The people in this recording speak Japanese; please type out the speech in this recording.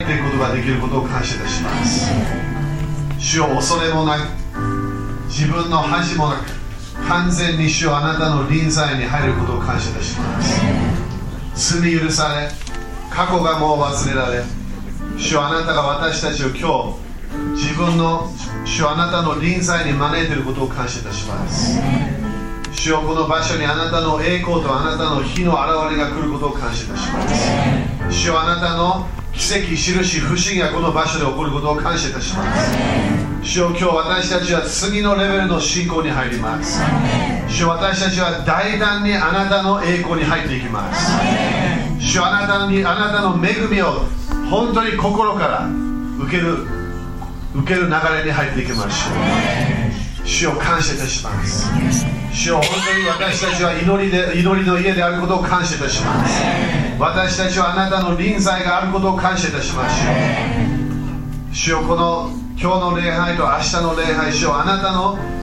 っていくことができることを感謝いたします。主よ、恐れもなく、自分の恥もなく、完全に主よ、あなたの臨在に入ることを感謝いたします。罪許され、過去がもう忘れられ、主よ、あなたが私たちを今日、自分の主よ、あなたの臨在に招いていることを感謝いたします。主よ、この場所にあなたの栄光とあなたの日の現れが来ることを感謝いたします。主よ、あなたの奇跡、印、不思議がこの場所で起こることを感謝いたします。主よ、今日私たちは次のレベルの信仰に入ります。主よ、私たちは大胆にあなたの栄光に入っていきます。主よ、あなたの恵みを本当に心から受ける流れに入っていきましょう。主よ、感謝いたします。主よ、本当に私たちは祈りの家であることを感謝いたします。私たちはあなたの臨在があることを感謝いたしましょう。主よ、この今日の礼拝と明日の礼拝、主よ、あなたの